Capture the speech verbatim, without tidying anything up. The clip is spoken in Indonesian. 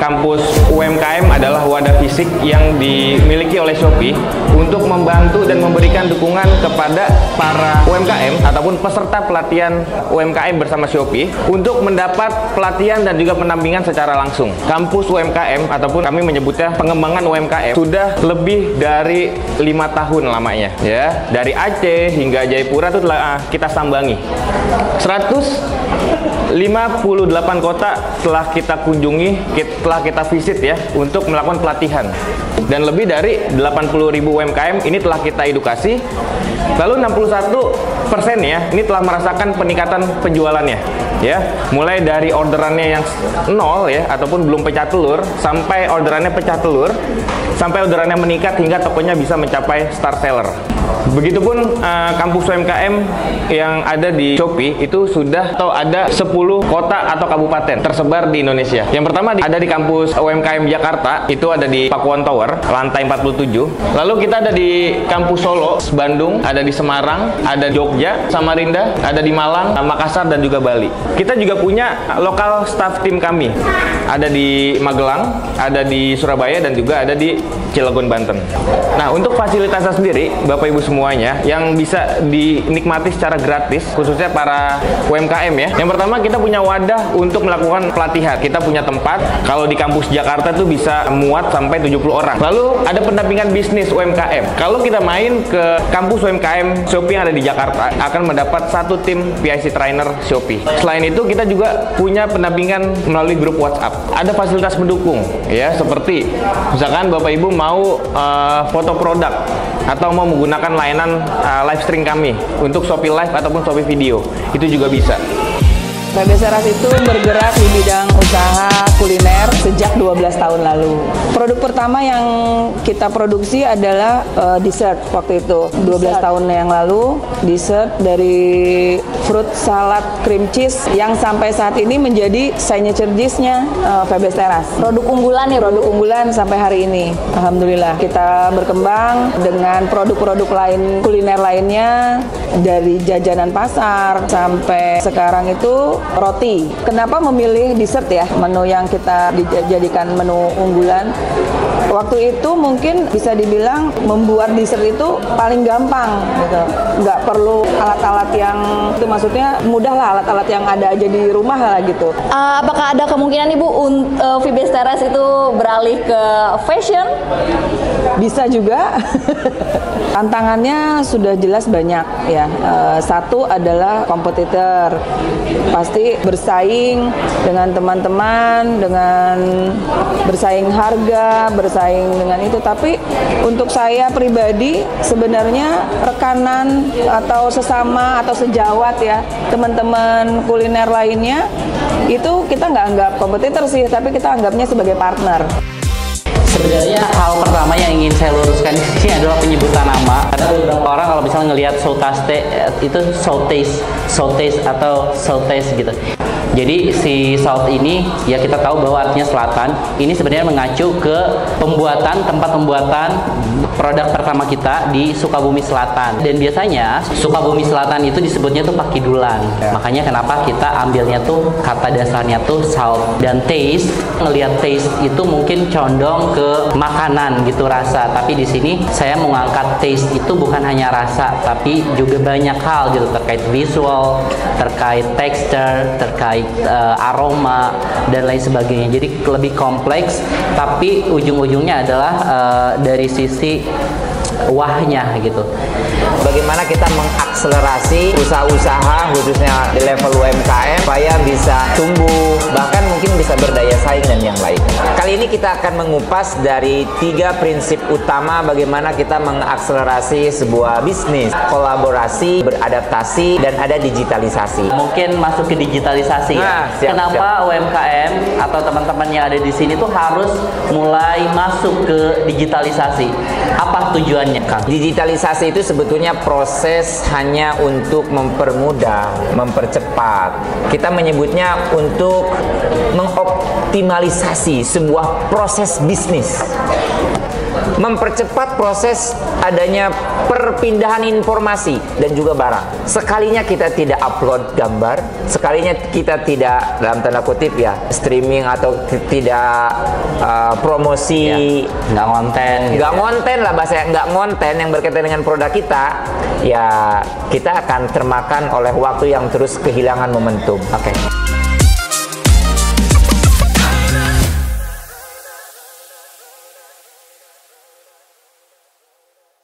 kampus U M K M adalah wadah fisik yang dimiliki oleh Shopee untuk membantu dan memberikan dukungan kepada para U M K M ataupun peserta pelatihan U M K M bersama Shopee untuk mendapat pelatihan dan juga pendampingan secara langsung. Kampus U M K M ataupun kami menyebutnya pengembangan U M K M sudah lebih dari lima tahun lamanya, ya. Dari Aceh hingga Jayapura itu telah kita sambangi. seratus lima puluh delapan kota telah kita kunjungi, telah kita visit ya untuk melakukan pelatihan. Dan lebih dari delapan puluh ribu U M K M ini telah kita edukasi. Lalu enam puluh satu persen ya ini telah merasakan peningkatan penjualannya, ya. Mulai dari orderannya yang nol ya ataupun belum pecah telur sampai orderannya pecah telur, sampai orderannya meningkat hingga tokonya bisa mencapai star seller. Begitupun uh, kampus U M K M yang ada di Shopee itu sudah atau ada sepuluh kota atau kabupaten tersebar di Indonesia. Yang pertama di, ada di kampus U M K M Jakarta, itu ada di Pakuan Tower, lantai empat puluh tujuh. Lalu kita ada di kampus Solo, Bandung, ada di Semarang, ada Jogja, Samarinda, ada di Malang, Makassar, dan juga Bali. Kita juga punya lokal staff tim kami. Ada di Magelang, ada di Surabaya, dan juga ada di Cilegon, Banten. Nah, untuk fasilitasnya sendiri, Bapak Ibu semuanya, yang bisa dinikmati secara gratis, khususnya para U M K M ya. Yang pertama, kita punya wadah untuk melakukan pelatihan. Kita punya tempat, kalau di kampus Jakarta tuh bisa muat sampai tujuh puluh orang. Lalu, ada pendampingan bisnis U M K M. Kalau kita main ke kampus U M K M Shopee yang ada di Jakarta, akan mendapat satu tim P I C trainer Shopee. Selain itu, kita juga punya pendampingan melalui grup WhatsApp. Ada fasilitas pendukung ya, seperti misalkan Bapak Ibu mau uh, foto produk atau mau menggunakan layanan uh, live stream kami untuk Shopee Live ataupun Shopee Video, itu juga bisa. P B Seras itu bergerak di bidang usaha kuliner sejak dua belas tahun lalu. Produk pertama yang kita produksi adalah uh, dessert waktu itu, dua belas tahun yang lalu. Dessert dari fruit salad cream cheese yang sampai saat ini menjadi signature dish-nya uh, P B Seras. Produk unggulan ya, Produk unggulan sampai hari ini. Alhamdulillah kita berkembang dengan produk-produk lain kuliner lainnya, dari jajanan pasar sampai sekarang itu roti. Kenapa memilih dessert ya, menu yang kita dijadikan menu unggulan? Waktu itu mungkin bisa dibilang membuat dessert itu paling gampang gitu. Nggak perlu alat-alat yang, itu maksudnya mudah lah, alat-alat yang ada aja di rumah lah gitu. Uh, apakah ada kemungkinan Ibu uh, V B Seras itu beralih ke fashion? Bisa juga. Tantangannya sudah jelas banyak ya. Uh, satu adalah kompetitor. Pasti bersaing dengan teman-teman, dengan bersaing harga, bersaing dengan itu. Tapi untuk saya pribadi sebenarnya rekanan atau sesama atau sejawat ya, teman-teman kuliner lainnya, itu kita nggak anggap kompetitor sih, tapi kita anggapnya sebagai partner. Sebenarnya hal pertama yang ingin saya luruskan di sini adalah penyebutan nama. Ada beberapa orang kalau misalnya ngelihat Soutaste itu Southeast, Southeast atau Southeast gitu. Jadi si South ini ya kita tahu bahwa artinya selatan. Ini sebenarnya mengacu ke pembuatan tempat pembuatan produk pertama kita di Sukabumi Selatan. Dan biasanya Sukabumi Selatan itu disebutnya tuh Pakidulan. Ya. Makanya kenapa kita ambilnya tuh kata dasarnya tuh South. Dan taste, ngelihat taste itu mungkin condong ke makanan gitu, rasa. Tapi di sini saya mengangkat taste itu bukan hanya rasa, tapi juga banyak hal gitu, terkait visual, terkait texture, terkait Uh, aroma dan lain sebagainya. Jadi lebih kompleks, tapi ujung-ujungnya adalah uh, dari sisi wahnya gitu. Bagaimana kita mengakselerasi usaha-usaha khususnya di level U M K M supaya bisa tumbuh, bahkan mungkin bisa berdaya saing dan yang lain. Kali ini kita akan mengupas dari tiga prinsip utama bagaimana kita mengakselerasi sebuah bisnis, kolaborasi, beradaptasi, dan ada digitalisasi. Mungkin masuk ke digitalisasi nah, ya. Siap, Kenapa siap. U M K M atau teman-teman yang ada di sini tuh harus mulai masuk ke digitalisasi? Apa tujuannya, Kang? Digitalisasi itu sebetulnya proses hanya untuk mempermudah, mempercepat. Kita menyebutnya untuk mengoptimalisasi sebuah proses bisnis. mempercepat proses adanya perpindahan informasi dan juga barang. Sekalinya kita tidak upload gambar, sekalinya kita tidak dalam tanda kutip ya streaming atau tidak uh, promosi, ya, nggak ngonten, nggak gitu ngonten lah bahasa nggak ngonten yang berkaitan dengan produk kita, ya kita akan termakan oleh waktu yang terus kehilangan momentum. Oke. Okay.